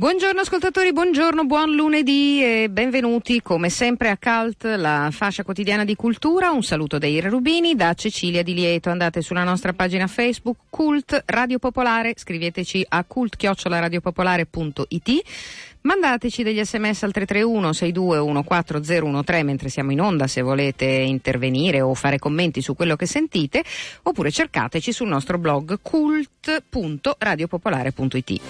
Buongiorno ascoltatori, buongiorno, buon lunedì e benvenuti come sempre a CULT, la fascia quotidiana di cultura. Un saluto da Ira Rubini, da Cecilia Di Lieto. Andate sulla nostra pagina Facebook CULT Radio Popolare, scriveteci a cult@radiopopolare.it. Mandateci degli sms al 331 62 14013 mentre siamo in onda, se volete intervenire o fare commenti su quello che sentite, oppure cercateci sul nostro blog cult.radiopopolare.it.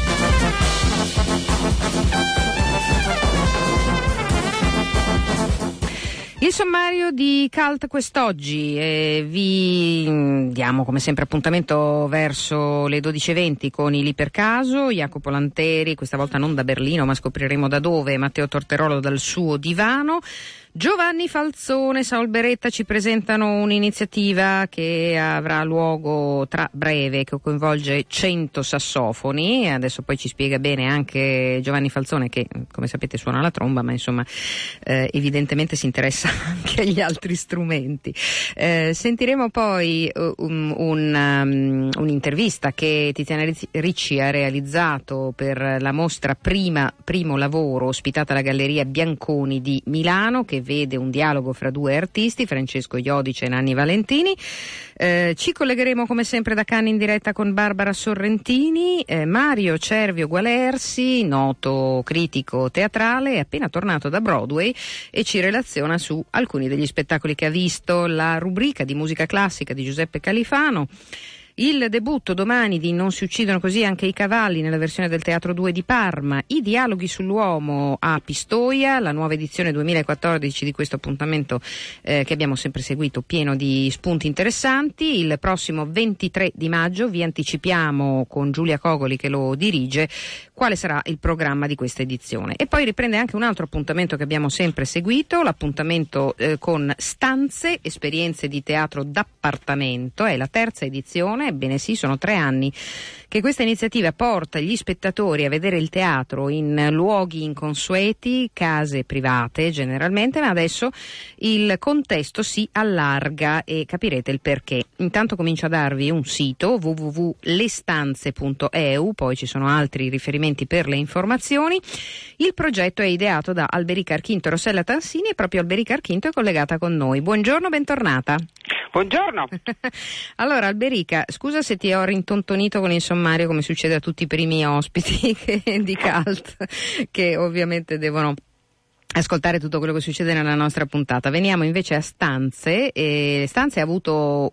Il sommario di CULT quest'oggi, vi diamo come sempre appuntamento verso le 12:20 con il Ipercaso, Jacopo Lanteri, questa volta non da Berlino ma scopriremo da dove, Matteo Torterolo dal suo divano. Giovanni Falzone e Saul Beretta ci presentano un'iniziativa che avrà luogo tra breve, che coinvolge 100 sassofoni. Adesso poi ci spiega bene anche Giovanni Falzone, che come sapete suona la tromba, ma insomma evidentemente si interessa anche agli altri strumenti. Sentiremo poi un'intervista che Tiziana Ricci ha realizzato per la mostra Primo Lavoro, ospitata alla Galleria Bianconi di Milano, che vede un dialogo fra due artisti, Francesco Iodice e Nanni Valentini. Ci collegheremo come sempre da Cannes in diretta con Barbara Sorrentini. Mario Cervio Gualersi, noto critico teatrale, è appena tornato da Broadway e ci relaziona su alcuni degli spettacoli che ha visto. La rubrica di musica classica di Giuseppe Califano. Il debutto domani di Non si uccidono così anche i cavalli nella versione del Teatro 2 di Parma, i dialoghi sull'uomo a Pistoia, la nuova edizione 2014 di questo appuntamento che abbiamo sempre seguito, pieno di spunti interessanti. Il prossimo 23 di maggio vi anticipiamo con Giulia Cogoli, che lo dirige, quale sarà il programma di questa edizione. E poi riprende anche un altro appuntamento che abbiamo sempre seguito, l'appuntamento con Stanze, esperienze di teatro d'appartamento, è la terza edizione. Ebbene sì, sono 3 anni che questa iniziativa porta gli spettatori a vedere il teatro in luoghi inconsueti, case private generalmente, ma adesso il contesto si allarga e capirete il perché. Intanto comincio a darvi un sito www.lestanze.eu, poi ci sono altri riferimenti per le informazioni. Il progetto è ideato da Alberica Archinto e Rossella Tansini e proprio Alberica Archinto è collegata con noi. Buongiorno, bentornata. Buongiorno. Allora Alberica, scusa se ti ho rintontonito con il sommario come succede a tutti i primi ospiti di CULT, che ovviamente devono ascoltare tutto quello che succede nella nostra puntata. Veniamo invece a Stanze. Stanze ha avuto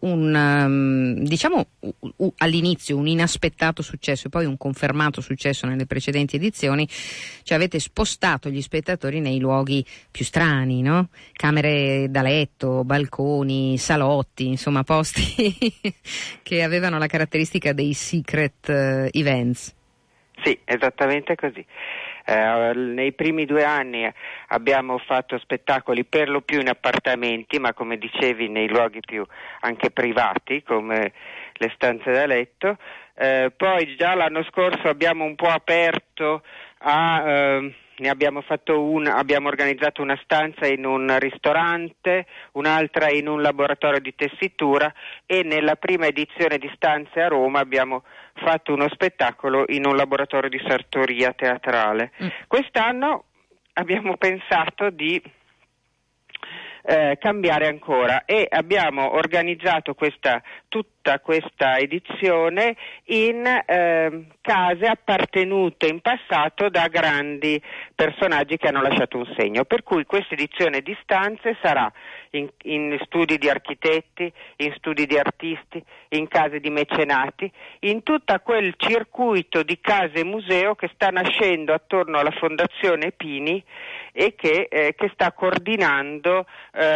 all'inizio un inaspettato successo e poi un confermato successo nelle precedenti edizioni. Cioè avete spostato gli spettatori nei luoghi più strani, no? Camere da letto, balconi, salotti, insomma posti che avevano la caratteristica dei secret events. Sì, esattamente così. Nei primi 2 anni abbiamo fatto spettacoli per lo più in appartamenti, ma come dicevi nei luoghi più anche privati, come le stanze da letto. Poi già l'anno scorso abbiamo un po' aperto ne abbiamo organizzato una stanza in un ristorante, un'altra in un laboratorio di tessitura, e nella prima edizione di Stanze a Roma abbiamo fatto uno spettacolo in un laboratorio di sartoria teatrale. Quest'anno abbiamo pensato di cambiare ancora e abbiamo organizzato tutta questa edizione in case appartenute in passato da grandi personaggi che hanno lasciato un segno, per cui questa edizione di Stanze sarà in studi di architetti, in studi di artisti, in case di mecenati, in tutto quel circuito di case museo che sta nascendo attorno alla Fondazione Pini e che sta coordinando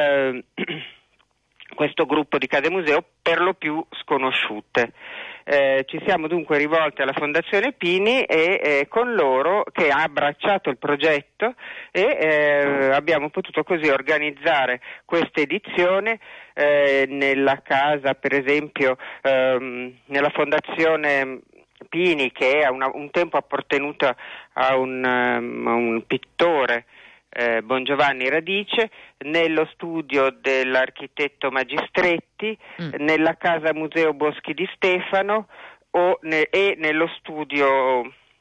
questo gruppo di case museo per lo più sconosciute. Ci siamo dunque rivolti alla Fondazione Pini e con loro, che ha abbracciato il progetto, e abbiamo potuto così organizzare questa edizione nella casa, per esempio nella Fondazione Pini, che è un tempo appartenuta a un pittore, Bongiovanni Radice, nello studio dell'architetto Magistretti, nella casa museo Boschi di Stefano e nello studio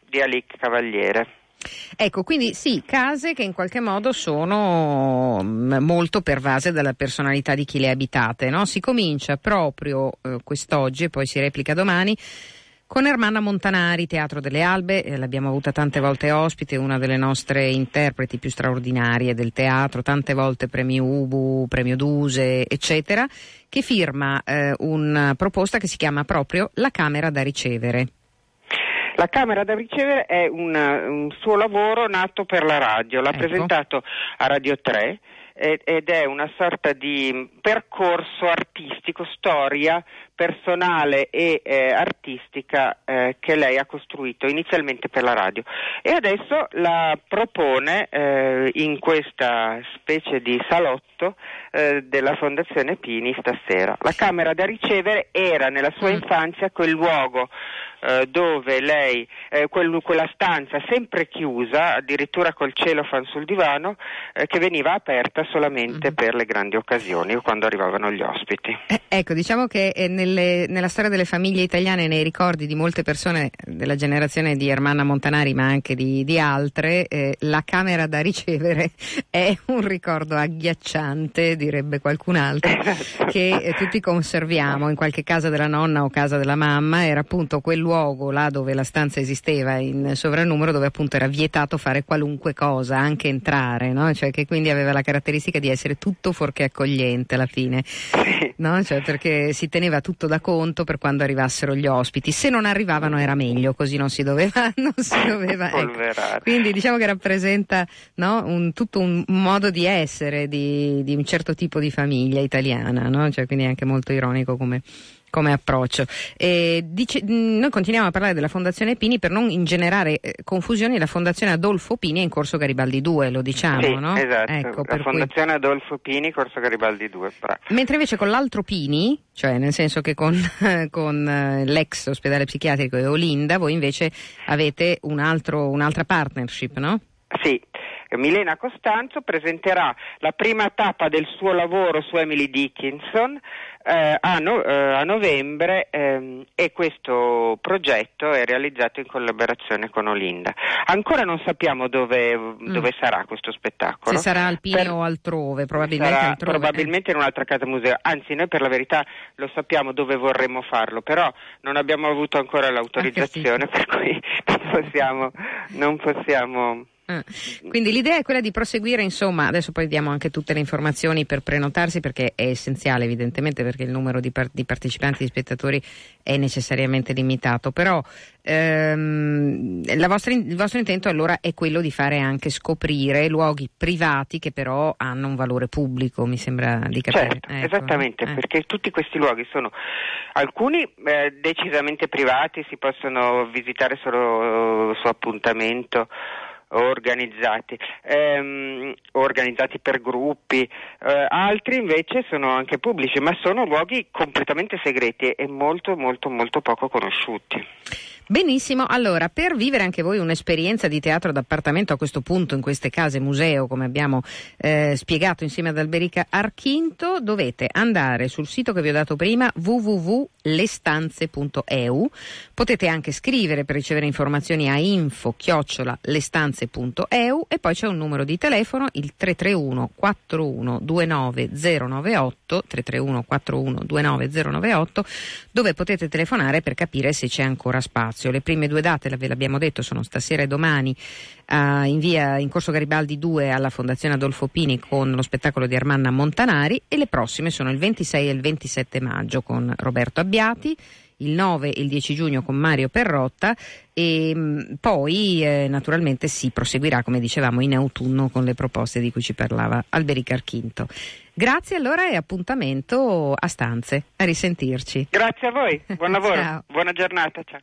di Alic Cavaliere. Ecco, quindi sì, case che in qualche modo sono molto pervase dalla personalità di chi le abitate, no? Si comincia proprio quest'oggi e poi si replica domani con Ermanna Montanari, Teatro delle Albe, l'abbiamo avuta tante volte ospite, una delle nostre interpreti più straordinarie del teatro, tante volte premi Ubu, premio Duse, eccetera, che firma una proposta che si chiama proprio La Camera da ricevere. La Camera da ricevere è un suo lavoro nato per la radio, l'ha presentato a Radio 3 ed è una sorta di percorso artistico, storia personale e artistica che lei ha costruito inizialmente per la radio e adesso la propone in questa specie di salotto della Fondazione Pini stasera. La Camera da ricevere era nella sua infanzia quel luogo dove lei, quella stanza sempre chiusa, addirittura col celofan sul divano, che veniva aperta solamente per le grandi occasioni o quando arrivavano gli ospiti. Ecco, diciamo che nella storia delle famiglie italiane, nei ricordi di molte persone della generazione di Ermanna Montanari, ma anche di altre, la camera da ricevere è un ricordo agghiacciante, direbbe qualcun altro, che tutti conserviamo in qualche casa della nonna o casa della mamma. Era appunto quel luogo là dove la stanza esisteva in sovrannumero, dove appunto era vietato fare qualunque cosa, anche entrare, no? Cioè che quindi aveva la caratteristica di essere tutto fuorché accogliente alla fine, no? Cioè perché si teneva tutto da conto per quando arrivassero gli ospiti. Se non arrivavano era meglio, così non si doveva ecco. Quindi diciamo che rappresenta, no, tutto un modo di essere di un certo tipo di famiglia italiana, no? Cioè quindi è anche molto ironico come approccio. Noi continuiamo a parlare della Fondazione Pini per non ingenerare confusioni. La Fondazione Adolfo Pini è in Corso Garibaldi 2, lo diciamo, sì, no? Esatto, ecco, la Fondazione Adolfo Pini, Corso Garibaldi 2. Mentre invece con l'altro Pini, cioè nel senso che con l'ex ospedale psichiatrico e Olinda, voi invece avete un'altra partnership, no? Sì. Milena Costanzo presenterà la prima tappa del suo lavoro su Emily Dickinson a novembre e questo progetto è realizzato in collaborazione con Olinda. Ancora non sappiamo dove sarà questo spettacolo. Se sarà al Pini o altrove, probabilmente sarà altrove. Probabilmente in un'altra casa museo, anzi noi per la verità lo sappiamo dove vorremmo farlo, però non abbiamo avuto ancora l'autorizzazione, per cui non possiamo. Quindi l'idea è quella di proseguire, insomma, adesso poi diamo anche tutte le informazioni per prenotarsi, perché è essenziale evidentemente, perché il numero di partecipanti, di spettatori è necessariamente limitato, però il vostro intento allora è quello di fare anche scoprire luoghi privati che però hanno un valore pubblico, mi sembra di capire. Certo, ecco. Esattamente, perché tutti questi luoghi sono alcuni decisamente privati, si possono visitare solo su appuntamento, organizzati per gruppi, altri invece sono anche pubblici, ma sono luoghi completamente segreti e molto molto molto poco conosciuti. Benissimo, allora per vivere anche voi un'esperienza di teatro d'appartamento a questo punto in queste case museo, come abbiamo spiegato insieme ad Alberica Archinto, dovete andare sul sito che vi ho dato prima, www.lestanze.eu. Potete anche scrivere per ricevere informazioni a info@lestanze.eu e poi c'è un numero di telefono, il 331 41 29 098, 331 41 29 098, dove potete telefonare per capire se c'è ancora spazio. Le prime due date, ve l'abbiamo detto, sono stasera e domani in Corso Garibaldi 2 alla Fondazione Adolfo Pini con lo spettacolo di Ermanna Montanari, e le prossime sono il 26 e il 27 maggio con Roberto Abbiati, il 9 e il 10 giugno con Mario Perrotta e poi naturalmente si proseguirà, come dicevamo, in autunno con le proposte di cui ci parlava Alberica Archinto. Grazie allora e appuntamento a Stanze, a risentirci. Grazie a voi, buon lavoro, Ciao. Buona giornata, ciao.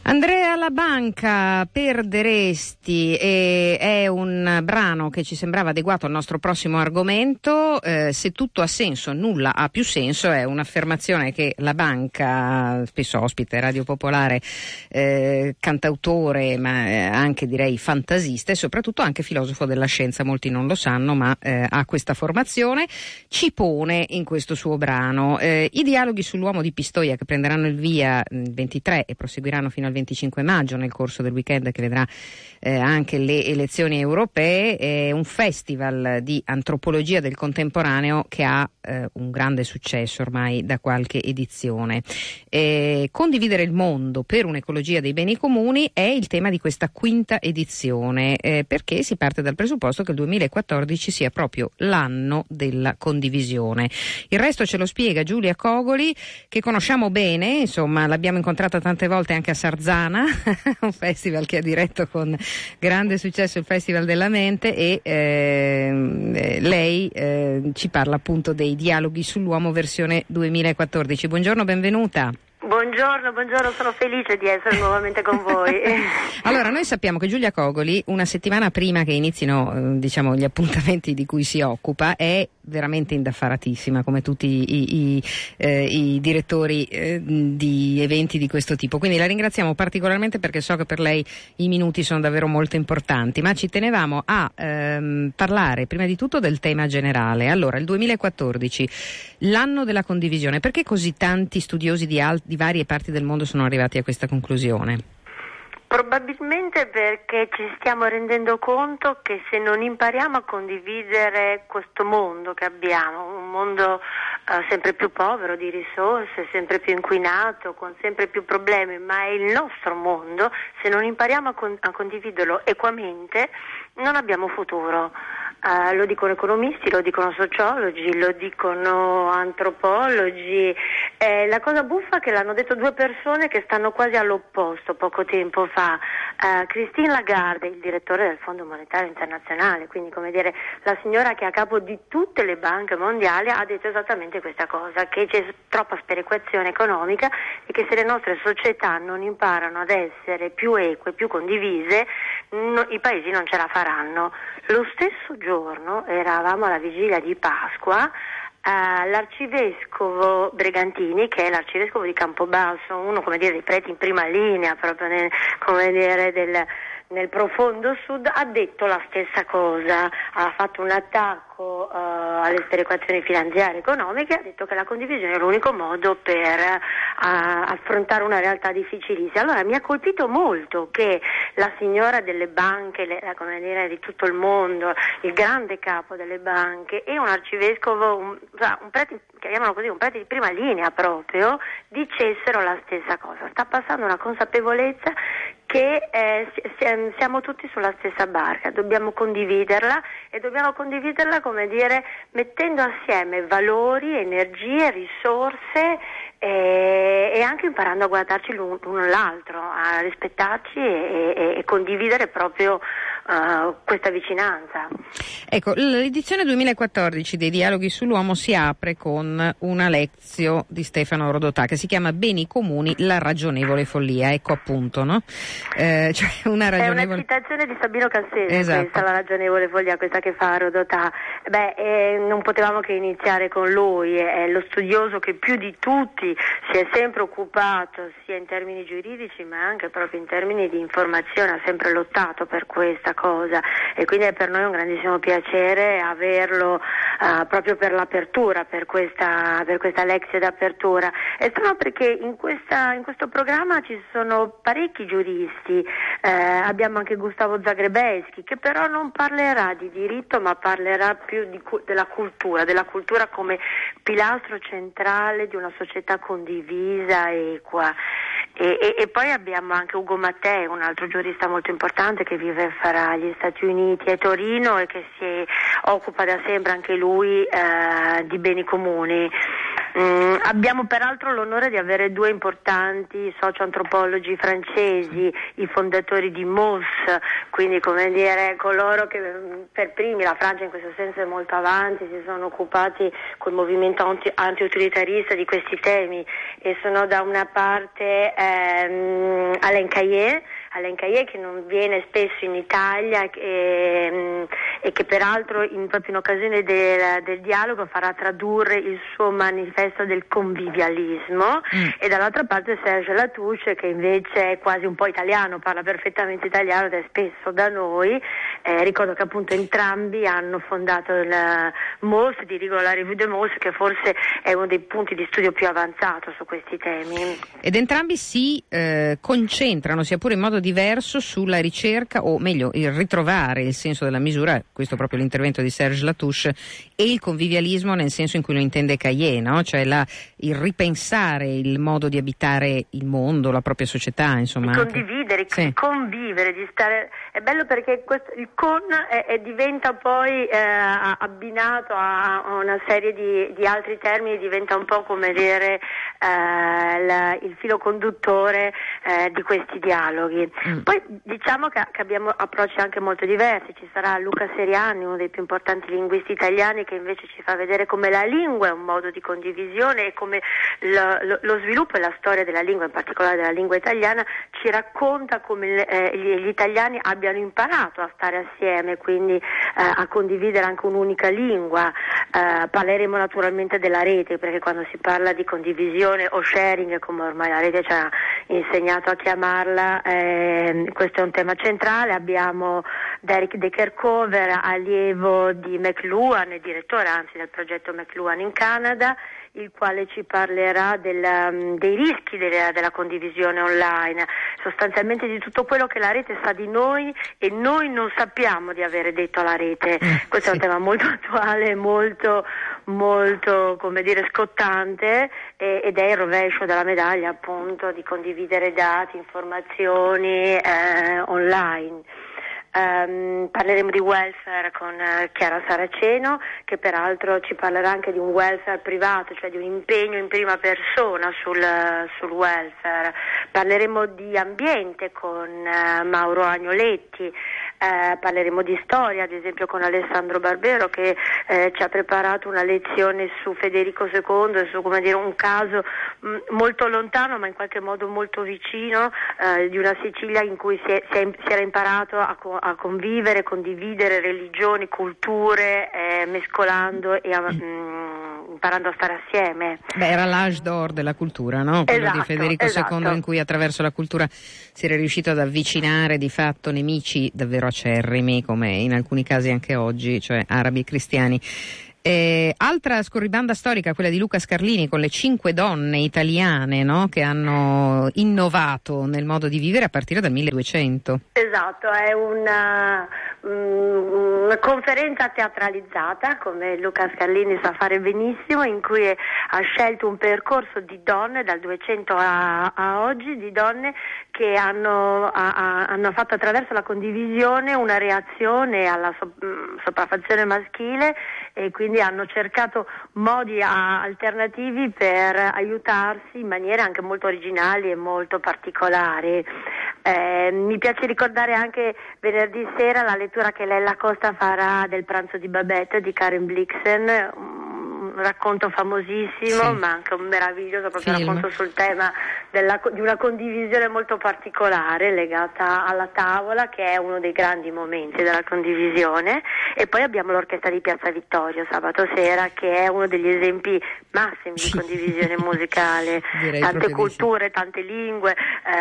Andrea La Banca, Perderesti, è un brano che ci sembrava adeguato al nostro prossimo argomento. Se tutto ha senso, nulla ha più senso, è un'affermazione che La Banca, spesso ospite Radio Popolare, cantautore ma anche direi fantasista e soprattutto anche filosofo della scienza, molti non lo sanno ma ha questa formazione, ci pone in questo suo brano. I dialoghi sull'uomo di Pistoia, che prenderanno il via il 23 e proseguiranno fino al 25 maggio nel corso del weekend che vedrà anche le elezioni europee, è un festival di antropologia del contemporaneo che ha un grande successo ormai da qualche edizione. Condividere il mondo per un'ecologia dei beni comuni è il tema di questa quinta edizione, perché si parte dal presupposto che il 2014 sia proprio l'anno della condivisione. Il resto ce lo spiega Giulia Cogoli, che conosciamo bene, insomma l'abbiamo incontrata tante volte anche a Sarzana, un festival che ha diretto con grande successo il Festival della Mente, e lei ci parla appunto dei dialoghi sull'uomo versione 2014. Buongiorno, benvenuta. Buongiorno, sono felice di essere nuovamente con voi. Allora, noi sappiamo che Giulia Cogoli, una settimana prima che inizino gli appuntamenti di cui si occupa, è veramente indaffaratissima come tutti i direttori di eventi di questo tipo, quindi la ringraziamo particolarmente perché so che per lei i minuti sono davvero molto importanti, ma ci tenevamo a parlare prima di tutto del tema generale. Allora, il 2014, l'anno della condivisione, perché così tanti studiosi di varie parti del mondo sono arrivati a questa conclusione? Probabilmente perché ci stiamo rendendo conto che se non impariamo a condividere questo mondo che abbiamo, un mondo sempre più povero di risorse, sempre più inquinato, con sempre più problemi, ma è il nostro mondo, se non impariamo a condividerlo equamente non abbiamo futuro. Lo dicono economisti, lo dicono sociologi, lo dicono antropologi. La cosa buffa è che l'hanno detto due persone che stanno quasi all'opposto poco tempo fa. Christine Lagarde, il direttore del Fondo Monetario Internazionale, quindi come dire la signora che è a capo di tutte le banche mondiali, ha detto esattamente questa cosa, che c'è troppa sperequazione economica e che se le nostre società non imparano ad essere più eque, più condivise, i paesi non ce la faranno. Lo stesso giorno, eravamo alla vigilia di Pasqua, l'arcivescovo Bregantini, che è l'arcivescovo di Campobasso, uno come dire dei preti in prima linea proprio nel profondo sud, ha detto la stessa cosa, ha fatto un attacco alle sperequazioni finanziarie e economiche, ha detto che la condivisione è l'unico modo per affrontare una realtà difficilissima. Allora mi ha colpito molto che la signora delle banche, di tutto il mondo, il grande capo delle banche e un arcivescovo, un prete, chiamiamolo così, un prete di prima linea proprio, dicessero la stessa cosa. Sta passando una consapevolezza che siamo tutti sulla stessa barca, dobbiamo condividerla e dobbiamo condividerla, come dire, mettendo assieme valori, energie, risorse e anche imparando a guardarci l'uno l'altro, a rispettarci e condividere proprio questa vicinanza. Ecco, l'edizione 2014 dei Dialoghi sull'uomo si apre con una lezione di Stefano Rodotà che si chiama Beni comuni, la ragionevole follia. Ecco appunto, no? È una citazione di Sabino Cassese, esatto. Questa, la ragionevole follia, questa che fa Rodotà. Non potevamo che iniziare con lui, è lo studioso che più di tutti si è sempre occupato, sia in termini giuridici ma anche proprio in termini di informazione, ha sempre lottato per questa cosa e quindi è per noi un grandissimo piacere averlo proprio per l'apertura, per questa lezione d'apertura. È strano perché in questo programma ci sono parecchi giuristi, abbiamo anche Gustavo Zagrebelsky, che però non parlerà di diritto ma parlerà più della cultura come pilastro centrale di una società condivisa e equa. E poi abbiamo anche Ugo Mattei, un altro giurista molto importante che vive fra gli Stati Uniti e Torino e che si occupa da sempre anche lui di beni comuni. Abbiamo peraltro l'onore di avere due importanti socio-antropologi francesi, i fondatori di MOS, quindi come dire coloro che per primi, la Francia in questo senso è molto avanti, si sono occupati col movimento anti-utilitarista di questi temi, e sono da una parte Alain Caillé che non viene spesso in Italia e che peraltro proprio in occasione del dialogo farà tradurre il suo manifesto del convivialismo, e dall'altra parte Serge Latouche, che invece è quasi un po' italiano, parla perfettamente italiano ed è spesso da noi. Ricordo che appunto entrambi hanno fondato il MOS, dirigono la Revue de MOS, che forse è uno dei punti di studio più avanzato su questi temi. Ed entrambi si concentrano, sia pure in modo diverso, sulla ricerca, o meglio il ritrovare il senso della misura, questo è proprio l'intervento di Serge Latouche, e il convivialismo nel senso in cui lo intende Caillé, no? Cioè il ripensare il modo di abitare il mondo, la propria società, insomma. Di condividere, di convivere, di stare. È bello perché il con diventa poi abbinato a una serie di altri termini, diventa un po' come dire il filo conduttore di questi dialoghi. Poi diciamo che abbiamo approcci anche molto diversi. Ci sarà Luca Seriani, uno dei più importanti linguisti italiani, che invece ci fa vedere come la lingua è un modo di condivisione e come lo sviluppo e la storia della lingua, in particolare della lingua italiana, ci racconta come gli italiani abbiano imparato a stare assieme, quindi a condividere anche un'unica lingua. Parleremo naturalmente della rete, perché quando si parla di condivisione o sharing, come ormai la rete ci ha insegnato a chiamarla, questo è un tema centrale. Abbiamo Derek de Kerkover, allievo di McLuhan e direttore anzi del progetto McLuhan in Canada, il quale ci parlerà dei rischi della condivisione online, sostanzialmente di tutto quello che la rete sa di noi e noi non sappiamo di avere detto alla rete. Questo è un tema molto attuale, molto come dire scottante, ed è il rovescio della medaglia, appunto, di condividere dati, informazioni online. Parleremo di welfare con Chiara Saraceno, che peraltro ci parlerà anche di un welfare privato, cioè di un impegno in prima persona sul welfare. Parleremo di ambiente con Mauro Agnoletti. Parleremo di storia, ad esempio con Alessandro Barbero, che ci ha preparato una lezione su Federico II e su, come dire, un caso molto lontano ma in qualche modo molto vicino, di una Sicilia in cui si era imparato a convivere, condividere religioni, culture, mescolando e imparando a stare assieme. Era l'âge d'or della cultura, no? Quello di Federico II, in cui attraverso la cultura si era riuscito ad avvicinare di fatto nemici davvero acerrimi, come in alcuni casi anche oggi, cioè arabi e cristiani. Altra scorribanda storica, quella di Luca Scarlini, con le 5 donne italiane, no? Che hanno innovato nel modo di vivere a partire dal 1200. Esatto, è una conferenza teatralizzata, come Luca Scarlini sa fare benissimo, in cui ha scelto un percorso di donne dal 200 a oggi, di donne che hanno fatto attraverso la condivisione una reazione alla sopraffazione maschile, e quindi hanno cercato modi alternativi per aiutarsi in maniere anche molto originali e molto particolari. Mi piace ricordare anche venerdì sera la lettura che Lella Costa farà del Pranzo di Babette di Karen Blixen, un racconto famosissimo, ma anche un meraviglioso proprio racconto sul tema di una condivisione molto particolare legata alla tavola, che è uno dei grandi momenti della condivisione. E poi abbiamo l'orchestra di Piazza Vittorio sabato sera, che è uno degli esempi massimi di condivisione musicale. Tante culture, tante lingue,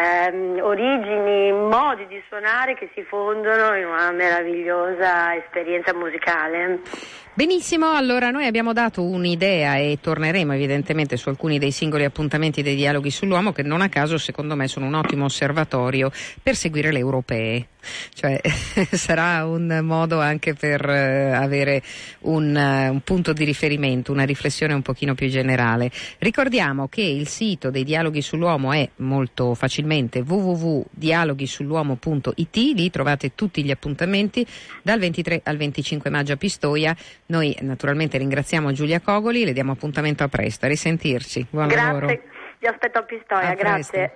origini, modi di suonare che si fondono in una meravigliosa esperienza musicale. Benissimo, allora noi abbiamo dato un'idea e torneremo evidentemente su alcuni dei singoli appuntamenti dei dialoghi sull'uomo, che non a caso secondo me sono un ottimo osservatorio per seguire le europee. cioè sarà un modo anche per avere un punto di riferimento, una riflessione un pochino più generale. Ricordiamo che il sito dei Dialoghi sull'Uomo è molto facilmente www.dialoghisulluomo.it, lì trovate tutti gli appuntamenti dal 23 al 25 maggio a Pistoia. Noi naturalmente ringraziamo Giulia Cogoli, le diamo appuntamento a presto, a risentirci. Buon lavoro. Grazie, vi aspetto a Pistoia, grazie.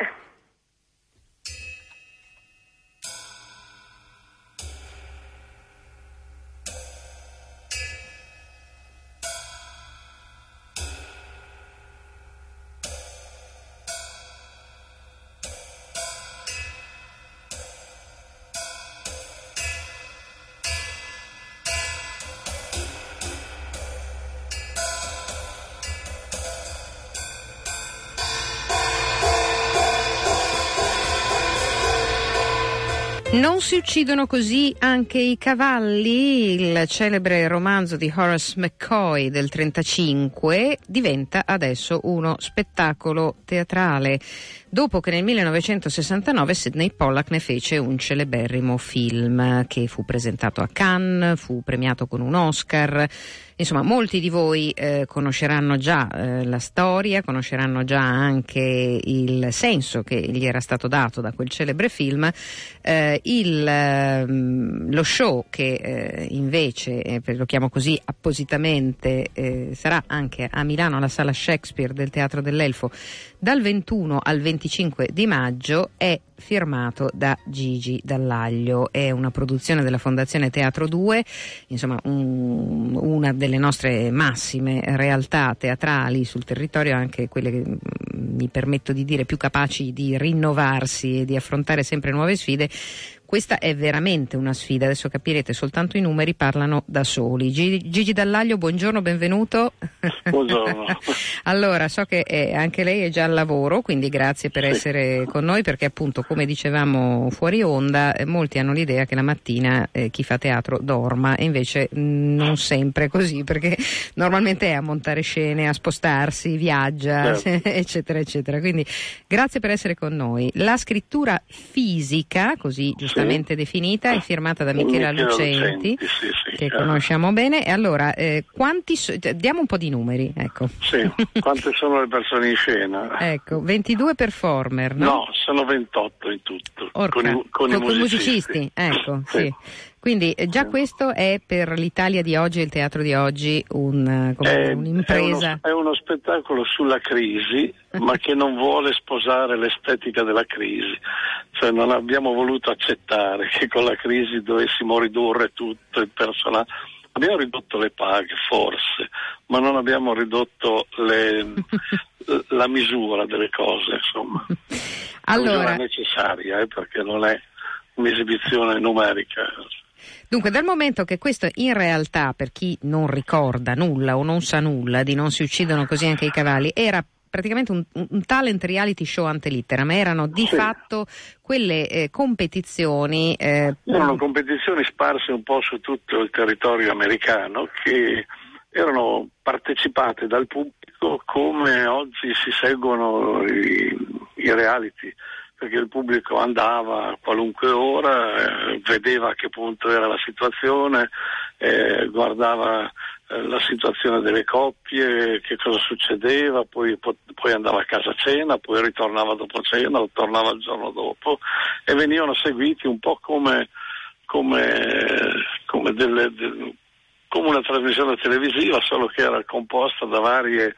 Non si uccidono così anche i cavalli? Il celebre romanzo di Horace McCoy del 1935 diventa adesso uno spettacolo teatrale, dopo che nel 1969 Sidney Pollack ne fece un celeberrimo film che fu presentato a Cannes, fu premiato con un Oscar. Insomma, molti di voi conosceranno già la storia, conosceranno già anche il senso che gli era stato dato da quel celebre film. Lo show che invece, lo chiamo così appositamente, sarà anche a Milano alla Sala Shakespeare del Teatro dell'Elfo dal 21 al 25 di maggio, è firmato da Gigi Dallaglio. È una produzione della Fondazione Teatro 2, insomma una delle nostre massime realtà teatrali sul territorio, anche quelle che mi permetto di dire più capaci di rinnovarsi e di affrontare sempre nuove sfide. Questa è veramente una sfida, adesso capirete, soltanto i numeri parlano da soli. Gigi Dallaglio, buongiorno, benvenuto. Buongiorno. Allora, so che anche lei è già al lavoro, quindi grazie per essere con noi, perché appunto, come dicevamo fuori onda, molti hanno l'idea che la mattina chi fa teatro dorma, e invece non sempre così, perché normalmente è a montare scene, a spostarsi, viaggia, eccetera, eccetera. Quindi grazie per essere con noi. La scrittura fisica, così giustamente definita, è firmata da Michela Lucenti, che conosciamo bene. E allora, diamo un po' di numeri, ecco. Sì, quante sono le persone in scena? Ecco, 22 performer, no? No, sono 28 in tutto, con i musicisti. Ecco, sì. Quindi già questo è per l'Italia di oggi e il teatro di oggi un'impresa. È uno spettacolo sulla crisi, ma che non vuole sposare l'estetica della crisi. Cioè non abbiamo voluto accettare che con la crisi dovessimo ridurre tutto il personale. Abbiamo ridotto le paghe, forse, ma non abbiamo ridotto la misura delle cose, insomma. Allora, è necessaria, perché non è un'esibizione numerica. Dunque, dal momento che questo in realtà, per chi non ricorda nulla o non sa nulla di Non si uccidono così anche i cavalli, era praticamente un talent reality show ante litteram, erano di fatto quelle competizioni. Erano competizioni sparse un po' su tutto il territorio americano, che erano partecipate dal pubblico come oggi si seguono i reality, perché il pubblico andava a qualunque ora, vedeva a che punto era la situazione, guardava la situazione delle coppie, che cosa succedeva, poi andava a casa a cena, poi ritornava dopo cena o tornava il giorno dopo, e venivano seguiti un po' come una trasmissione televisiva, solo che era composta da varie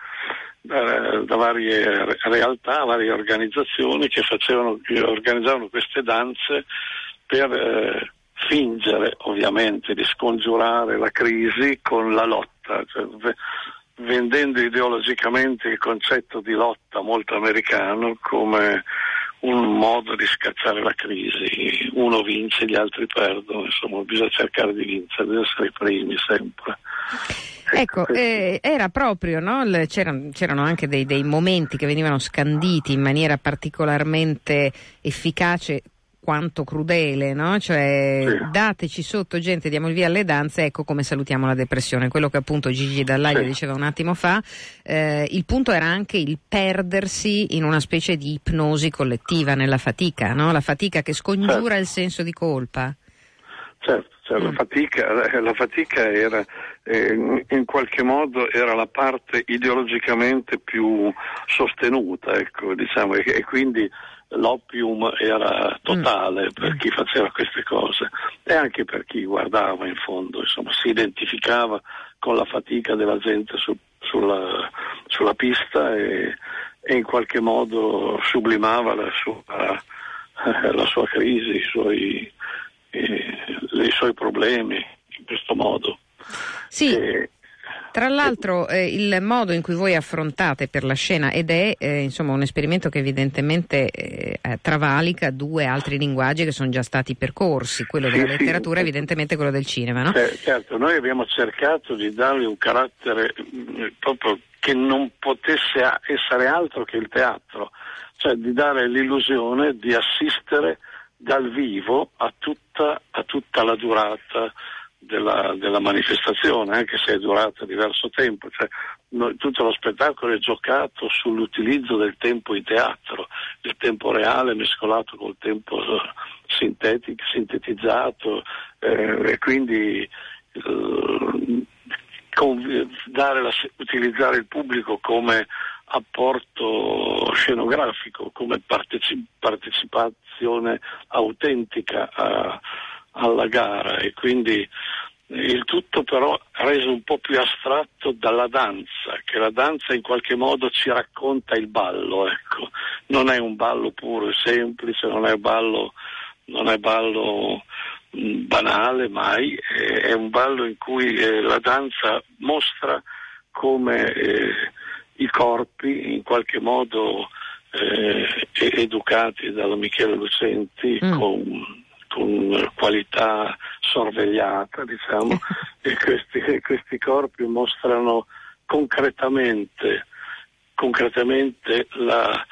realtà, varie organizzazioni che organizzavano queste danze per fingere, ovviamente, di scongiurare la crisi con la lotta, cioè, vendendo ideologicamente il concetto di lotta molto americano come un modo di scacciare la crisi. Uno vince, gli altri perdono, insomma bisogna cercare di vincere, bisogna essere i primi sempre. Ecco, era proprio, no? C'erano anche dei momenti che venivano scanditi in maniera particolarmente efficace, quanto crudele, no? Cioè, sì, dateci sotto gente, diamo il via alle danze, ecco come salutiamo la depressione. Quello che appunto Gigi Dallaglio sì, diceva un attimo fa, il punto era anche il perdersi in una specie di ipnosi collettiva nella fatica, no? La fatica che scongiura certo. il senso di colpa. Certo, cioè la fatica era in qualche modo era la parte ideologicamente più sostenuta, ecco, diciamo, e quindi l'opium era totale per chi faceva queste cose e anche per chi guardava, in fondo, insomma, si identificava con la fatica della gente sulla pista e in qualche modo sublimava la sua crisi, i suoi problemi in questo modo. Sì. Tra l'altro il modo in cui voi affrontate per la scena, ed è insomma un esperimento che evidentemente travalica due altri linguaggi che sono già stati percorsi, quello della letteratura e evidentemente quello del cinema, no? Certo, noi abbiamo cercato di dargli un carattere proprio che non potesse essere altro che il teatro, cioè di dare l'illusione di assistere dal vivo a tutta la durata della manifestazione, anche se è durata diverso tempo, cioè, tutto lo spettacolo è giocato sull'utilizzo del tempo in teatro, il tempo reale mescolato col tempo sintetizzato, e quindi utilizzare il pubblico come apporto scenografico, come partecipazione autentica alla gara, e quindi il tutto però reso un po' più astratto dalla danza, che la danza in qualche modo ci racconta il ballo, ecco. Non è un ballo puro e semplice, non è ballo banale mai, è un ballo in cui la danza mostra come i corpi in qualche modo educati dalla Michele Lucenti con qualità sorvegliata, diciamo, e questi corpi mostrano concretamente la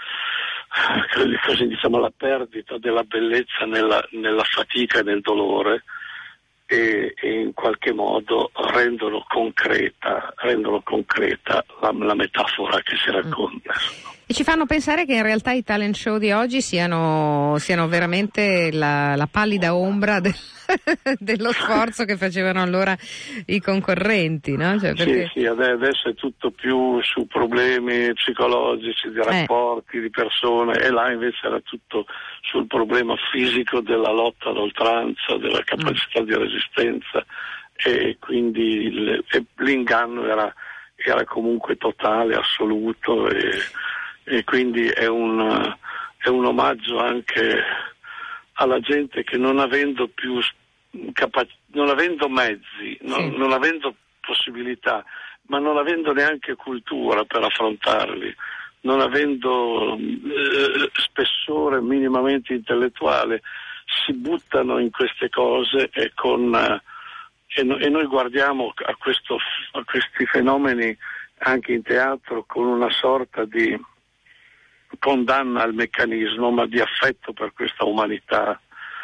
perdita della bellezza nella fatica e nel dolore, e in qualche modo rendono concreta la metafora che si racconta. E ci fanno pensare che in realtà i talent show di oggi siano veramente la pallida ombra dello sforzo che facevano allora i concorrenti, no? Cioè, perché... Sì, adesso è tutto più su problemi psicologici, di rapporti, di persone, e là invece era tutto sul problema fisico della lotta all'oltranza, della capacità di resistenza, e quindi l'inganno era comunque totale, assoluto, e quindi è un omaggio anche alla gente che non avendo più non avendo mezzi, non avendo possibilità, ma non avendo neanche cultura per affrontarli, non avendo spessore minimamente intellettuale, si buttano in queste cose e noi guardiamo a questi fenomeni anche in teatro con una sorta di condanna al meccanismo, ma di affetto per questa umanità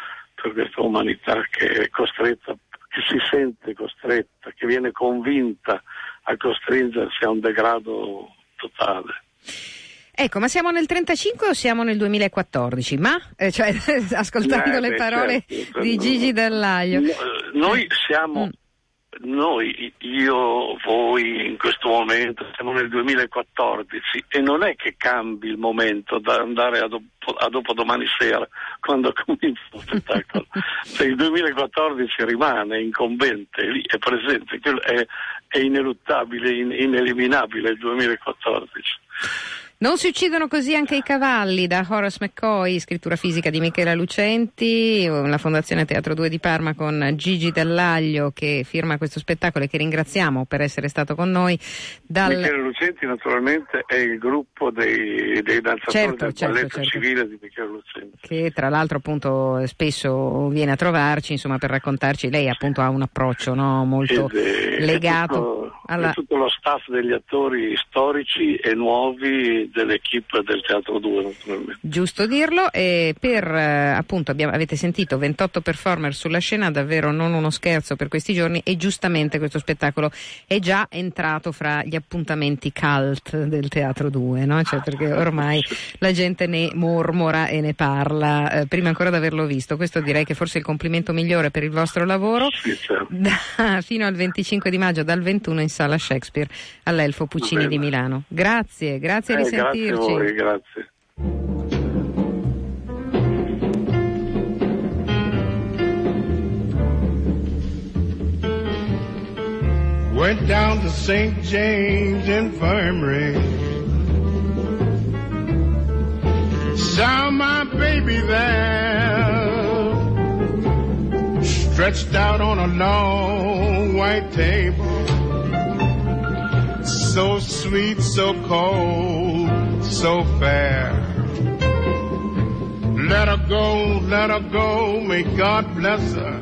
che è costretta, che si sente costretta, che viene convinta a costringersi a un degrado totale. Ecco, ma siamo nel 35 o siamo nel 2014? Cioè, ascoltando le parole di Gigi Dallaglio. Noi siamo... Noi, io, voi, in questo momento siamo nel 2014 e non è che cambi il momento da andare a dopodomani sera quando comincia lo spettacolo. Cioè, il 2014 rimane incombente, lì è presente, è ineluttabile, ineliminabile il 2014. Non si uccidono così anche i cavalli, da Horace McCoy, scrittura fisica di Michela Lucenti, la Fondazione Teatro 2 di Parma con Gigi Dallaglio che firma questo spettacolo e che ringraziamo per essere stato con noi. Michela Lucenti naturalmente è il gruppo dei danzatori del balletto civile di Michela Lucenti. Che tra l'altro appunto spesso viene a trovarci, insomma, per raccontarci. Lei appunto ha un approccio, no, molto legato e tutto lo staff degli attori storici e nuovi dell'equipe del Teatro 2, naturalmente. Giusto dirlo, e appunto avete sentito 28 performer sulla scena, davvero non uno scherzo per questi giorni, e giustamente questo spettacolo è già entrato fra gli appuntamenti cult del Teatro 2, no? Cioè, perché ormai la gente ne mormora e ne parla, prima ancora di averlo visto. Questo direi che forse è il complimento migliore per il vostro lavoro. Sì, certo. Fino al 25 di maggio, dal 21 in Sala Shakespeare all'Elfo Puccini di Milano. Grazie a risentirci. Grazie a voi, grazie. Went down to St. James Infirmary, saw my baby there, stretched out on a long white table, so sweet, so cold, so fair. Let her go, may God bless her,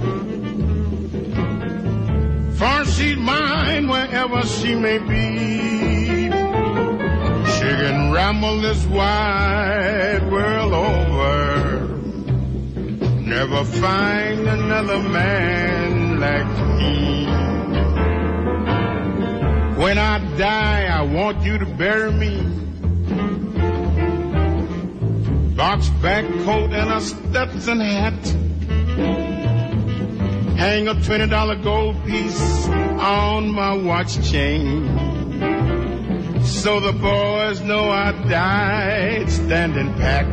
for she's mine wherever she may be. She can ramble this wide world over, never find another man like me. When I die, I want you to bury me, box back coat and a Stetson hat, hang a $20 gold piece on my watch chain, so the boys know I died standing pat.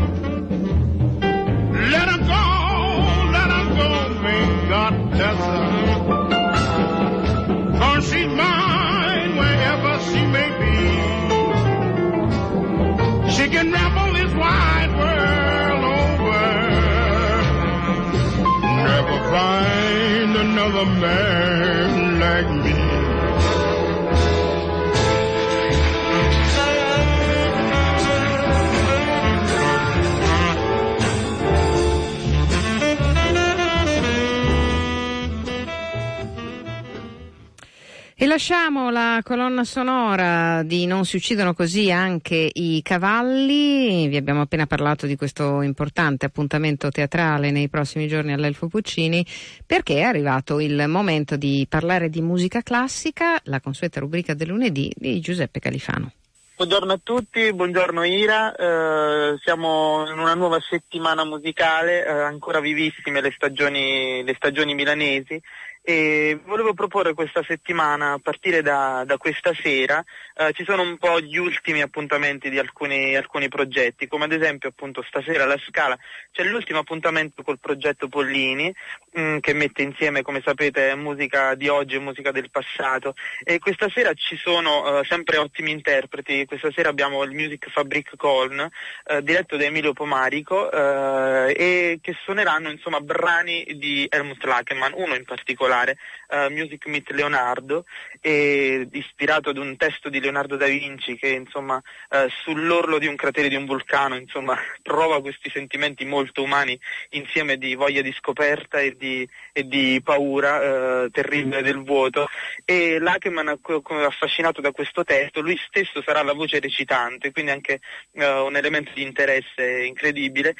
Let her go, may God bless her, for she's mine wherever she may be. She can ramble this wide world over, never find another man like me. E lasciamo la colonna sonora di Non si uccidono così anche i cavalli. Vi abbiamo appena parlato di questo importante appuntamento teatrale nei prossimi giorni all'Elfo Puccini, perché è arrivato il momento di parlare di musica classica, la consueta rubrica del lunedì di Giuseppe Califano. Buongiorno a tutti, buongiorno Ira, siamo in una nuova settimana musicale, ancora vivissime le stagioni milanesi, e volevo proporre questa settimana, a partire da questa sera, ci sono un po' gli ultimi appuntamenti di alcuni progetti, come ad esempio appunto stasera alla Scala c'è l'ultimo appuntamento col progetto Pollini, che mette insieme, come sapete, musica di oggi e musica del passato, e questa sera ci sono sempre ottimi interpreti. Questa sera abbiamo il Music Fabric Coln, diretto da Emilio Pomarico, e che suoneranno insomma brani di Helmut Lachenmann, uno in particolare, Music Meet Leonardo, ispirato ad un testo di Leonardo da Vinci che insomma sull'orlo di un cratere di un vulcano insomma prova questi sentimenti molto umani insieme di voglia di scoperta e di paura terribile del vuoto, e Lachenmann, affascinato da questo testo, lui stesso sarà la voce recitante, quindi anche un elemento di interesse incredibile,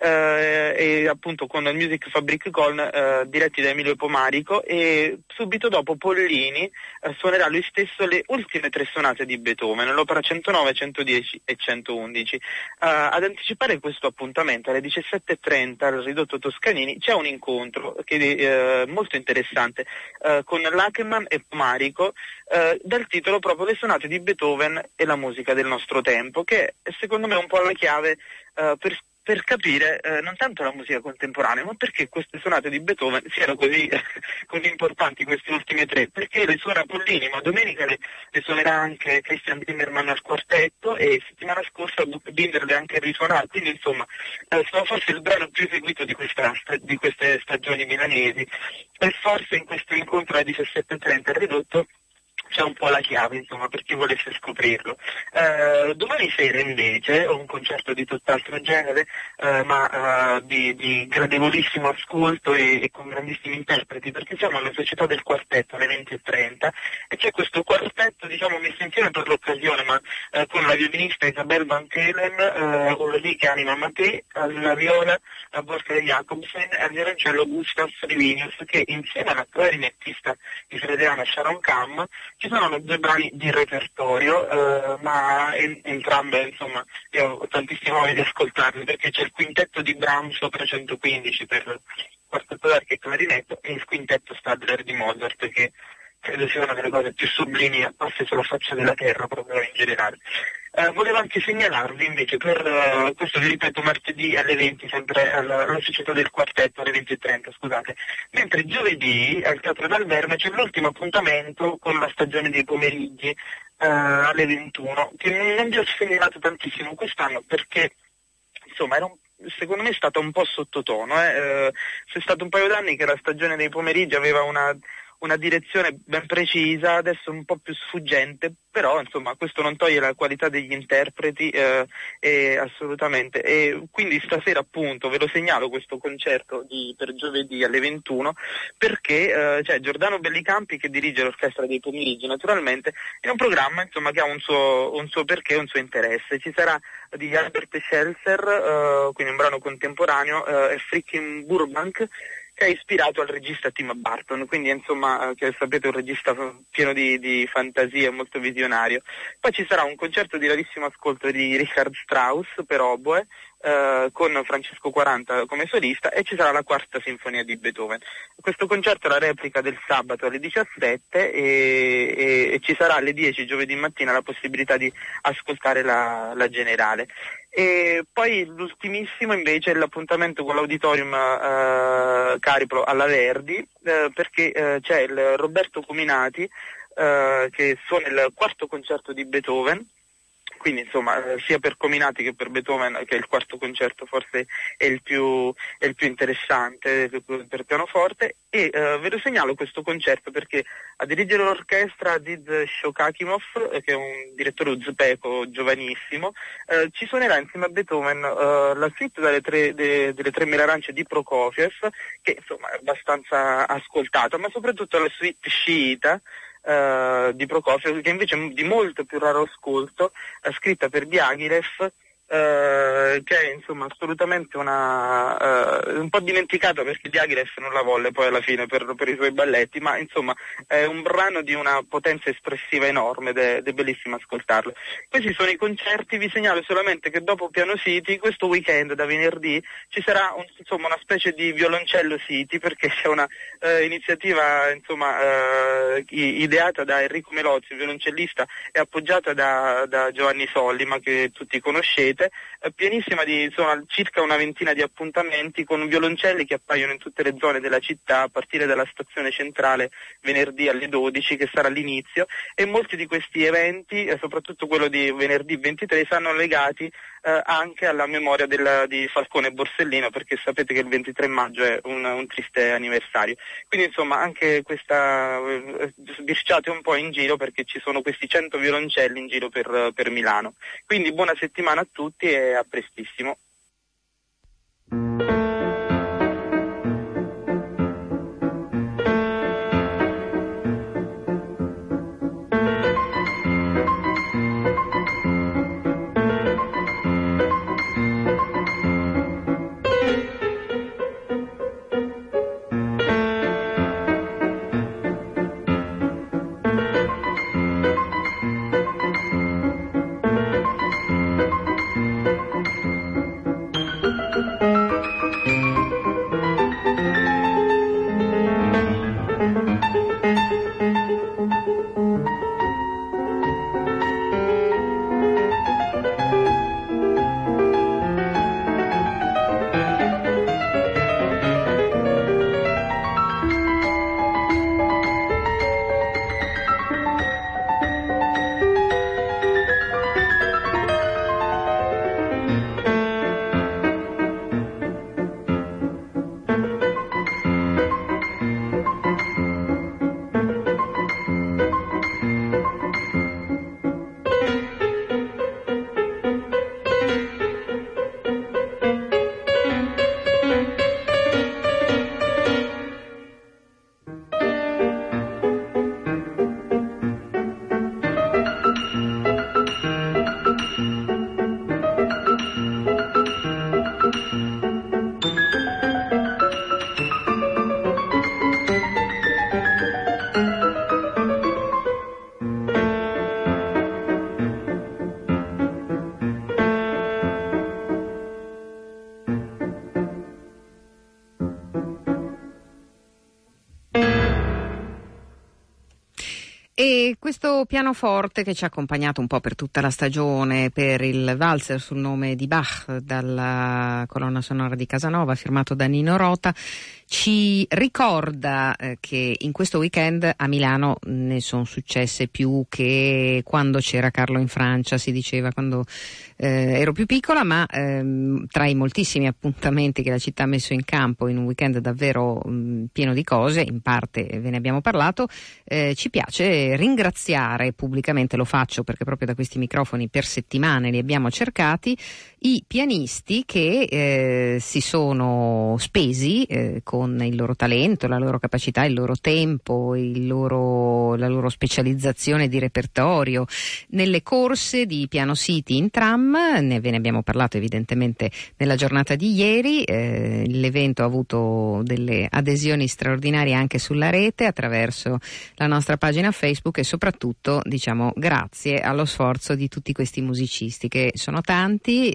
e appunto con il Music Fabric Coln diretti da Emilio Pomarico, e subito dopo Pollini suonerà lui stesso le ultime 3 sonate di Beethoven, l'opera 109, 110 e 111. Ad anticipare questo appuntamento alle 17:30 al Ridotto Toscanini c'è un incontro che è molto interessante con Lachenmann e Pomarico, dal titolo proprio Le sonate di Beethoven e la musica del nostro tempo, che è secondo me un po' la chiave per capire non tanto la musica contemporanea, ma perché queste sonate di Beethoven siano così importanti, queste ultime 3, perché le suona Pollini, ma domenica le suonerà anche Christian Zimmermann al quartetto, e settimana scorsa Binder le ha anche risuonato, quindi insomma sono forse il brano più eseguito di queste stagioni milanesi, e forse in questo incontro alle 17:30 Ridotto c'è un po' la chiave, insomma, per chi volesse scoprirlo. Domani sera invece ho un concerto di tutt'altro genere, ma di gradevolissimo ascolto e con grandissimi interpreti, perché siamo alla Società del Quartetto alle 20:30 e c'è questo quartetto, diciamo, messo insieme per l'occasione, ma con la violinista Isabel Van Kelen, Ulrike Anima Maté, alla viola a Volker Jacobsen e al violoncello Gustav Frivinius, che insieme alla clarinettista israeliana Sharon Kam ci sono 2 brani di repertorio, ma entrambe, insomma, io ho tantissimo voglia di ascoltarli, perché c'è il quintetto di Brahms opera 115 per quartetto d'archi e clarinetto e il quintetto Stadler di Mozart, che credo sia una delle cose più sublimi apposte sulla faccia della terra, proprio in generale. Volevo anche segnalarvi invece per questo, vi ripeto, martedì alle 20, sempre alla Società del Quartetto alle 20:30, scusate, mentre giovedì al Teatro Dal Verme c'è l'ultimo appuntamento con la stagione dei pomeriggi alle 21, che non vi ho segnalato tantissimo quest'anno perché, insomma, secondo me è stata un po' sottotono. C'è stato un paio d'anni che la stagione dei pomeriggi aveva una direzione ben precisa, adesso un po' più sfuggente, però insomma questo non toglie la qualità degli interpreti assolutamente, e quindi stasera appunto ve lo segnalo questo concerto per giovedì alle 21, perché c'è Giordano Bellicampi che dirige l'orchestra dei pomeriggi, naturalmente è un programma, insomma, che ha un suo perché, un suo interesse. Ci sarà di Albert Schelzer, quindi un brano contemporaneo, e Frickin Burbank, che è ispirato al regista Tim Burton, quindi insomma, che sapete, un regista pieno di fantasia, molto visionario. Poi ci sarà un concerto di rarissimo ascolto di Richard Strauss per oboe, con Francesco Quaranta come solista, e ci sarà la quarta sinfonia di Beethoven. Questo concerto è la replica del sabato alle 17 e ci sarà alle 10 giovedì mattina la possibilità di ascoltare la generale. E poi l'ultimissimo invece è l'appuntamento con l'Auditorium Cariplo alla Verdi, perché c'è il Roberto Cominati che suona il quarto concerto di Beethoven. Quindi insomma sia per Cominati che per Beethoven, che è il quarto concerto forse è il più interessante per pianoforte, e ve lo segnalo questo concerto perché a dirigere l'orchestra Diz Shokakimov, che è un direttore uzbeko giovanissimo, ci suonerà insieme a Beethoven la suite delle tre melarance di Prokofiev, che insomma è abbastanza ascoltata, ma soprattutto la suite sciita di Prokofiev, che invece è di molto più raro ascolto, scritta per Diaghilev, che è insomma assolutamente un po' dimenticata perché Diaghilev non la volle poi alla fine per i suoi balletti, ma insomma è un brano di una potenza espressiva enorme ed è bellissimo ascoltarlo. Questi sono i concerti. Vi segnalo solamente che dopo Piano City questo weekend da venerdì ci sarà una specie di violoncello City, perché c'è una iniziativa ideata da Enrico Melozzi, violoncellista, e appoggiata da Giovanni Sollima, che tutti conoscete, pienissima di circa una ventina di appuntamenti con violoncelli che appaiono in tutte le zone della città, a partire dalla stazione centrale venerdì alle 12, che sarà l'inizio, e molti di questi eventi, soprattutto quello di venerdì 23, saranno legati anche alla memoria di Falcone e Borsellino, perché sapete che il 23 maggio è un triste anniversario. Quindi insomma anche questa sbirciate un po' in giro, perché ci sono questi 100 violoncelli in giro per Milano. Quindi buona settimana a tutti e a prestissimo. E questo pianoforte che ci ha accompagnato un po' per tutta la stagione, per il valzer sul nome di Bach dalla colonna sonora di Casanova firmato da Nino Rota, ci ricorda che in questo weekend a Milano ne sono successe più che quando c'era Carlo in Francia, si diceva quando ero più piccola, ma tra i moltissimi appuntamenti che la città ha messo in campo in un weekend davvero pieno di cose, in parte ve ne abbiamo parlato, ci piace ringraziare pubblicamente, lo faccio perché proprio da questi microfoni per settimane li abbiamo cercati, i pianisti che si sono spesi con il loro talento, la loro capacità, il loro tempo, la loro specializzazione di repertorio nelle corse di Piano City in tram. Ve ne abbiamo parlato evidentemente nella giornata di ieri. L'evento ha avuto delle adesioni straordinarie anche sulla rete attraverso la nostra pagina Facebook e soprattutto, diciamo, grazie allo sforzo di tutti questi musicisti che sono tanti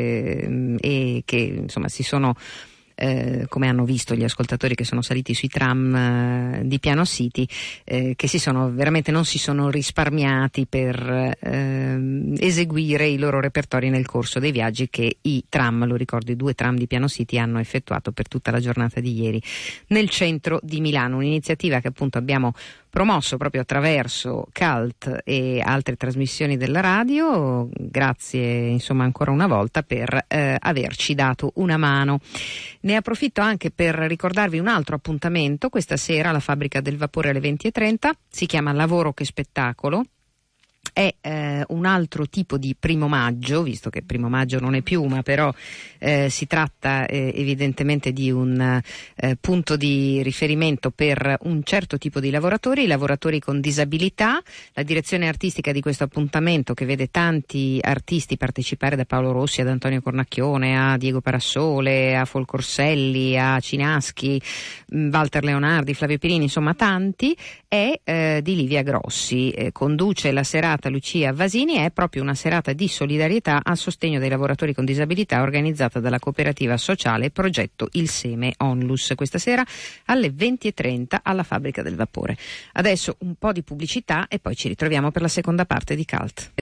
e che insomma si sono come hanno visto gli ascoltatori che sono saliti sui tram di Piano City, che veramente non si sono risparmiati per eseguire i loro repertori nel corso dei viaggi che i tram, lo ricordo, i 2 tram di Piano City hanno effettuato per tutta la giornata di ieri nel centro di Milano, un'iniziativa che appunto abbiamo promosso proprio attraverso Cult e altre trasmissioni della radio. Grazie insomma ancora una volta per averci dato una mano. Ne approfitto anche per ricordarvi un altro appuntamento questa sera alla Fabbrica del Vapore alle 20:30, si chiama Lavoro che spettacolo. È un altro tipo di primo maggio, visto che primo maggio non è più, ma però si tratta evidentemente di un punto di riferimento per un certo tipo di lavoratori, i lavoratori con disabilità. La direzione artistica di questo appuntamento, che vede tanti artisti partecipare, da Paolo Rossi ad Antonio Cornacchione a Diego Parassole a Folcorselli a Cinaschi, Walter Leonardi, Flavio Pirini, insomma tanti, è di Livia Grossi. Conduce la serata Lucia Vasini. È proprio una serata di solidarietà a sostegno dei lavoratori con disabilità organizzata dalla cooperativa sociale Progetto Il Seme Onlus, questa sera alle 20:30 alla Fabbrica del Vapore. Adesso un po' di pubblicità e poi ci ritroviamo per la seconda parte di Cult.